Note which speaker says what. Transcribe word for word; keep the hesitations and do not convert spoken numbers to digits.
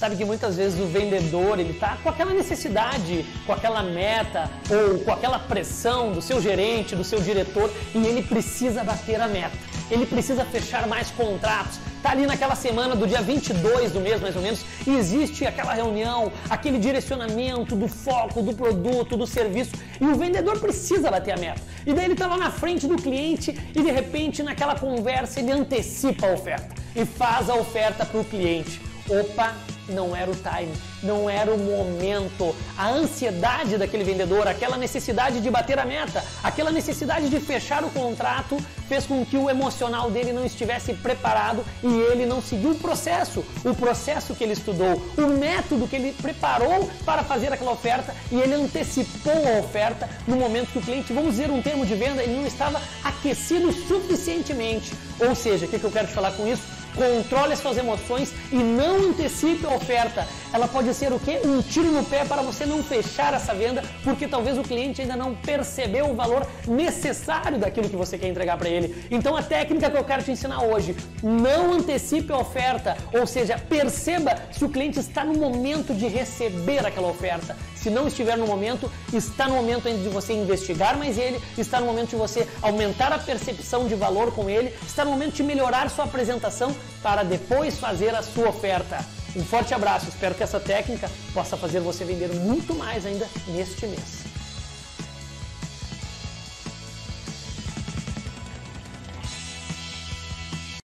Speaker 1: Sabe que muitas vezes o vendedor, ele tá com aquela necessidade, com aquela meta ou com aquela pressão do seu gerente, do seu diretor, e ele precisa bater a meta. Ele precisa fechar mais contratos. Tá ali naquela semana do dia vinte e dois do mês, mais ou menos, e existe aquela reunião, aquele direcionamento do foco, do produto, do serviço, e o vendedor precisa bater a meta. E daí ele tá lá na frente do cliente e de repente naquela conversa ele antecipa a oferta e faz a oferta para o cliente. Opa, não era o time, não era o momento. A ansiedade daquele vendedor, aquela necessidade de bater a meta, aquela necessidade de fechar o contrato fez com que o emocional dele não estivesse preparado e ele não seguiu o processo, o processo que ele estudou, o método que ele preparou para fazer aquela oferta, e ele antecipou a oferta no momento que o cliente, vamos dizer um termo de venda, ele não estava aquecido suficientemente. Ou seja, o que eu quero te falar com isso? Controle as suas emoções e não antecipe a oferta. Ela pode ser o quê? Um tiro no pé para você não fechar essa venda, porque talvez o cliente ainda não percebeu o valor necessário daquilo que você quer entregar para ele. Então a técnica que eu quero te ensinar hoje, não antecipe a oferta, ou seja, perceba se o cliente está no momento de receber aquela oferta. Se não estiver no momento, está no momento ainda de você investigar mais ele, está no momento de você aumentar a percepção de valor com ele, está no momento de melhorar sua apresentação para depois fazer a sua oferta. Um forte abraço, espero que essa técnica possa fazer você vender muito mais ainda neste mês.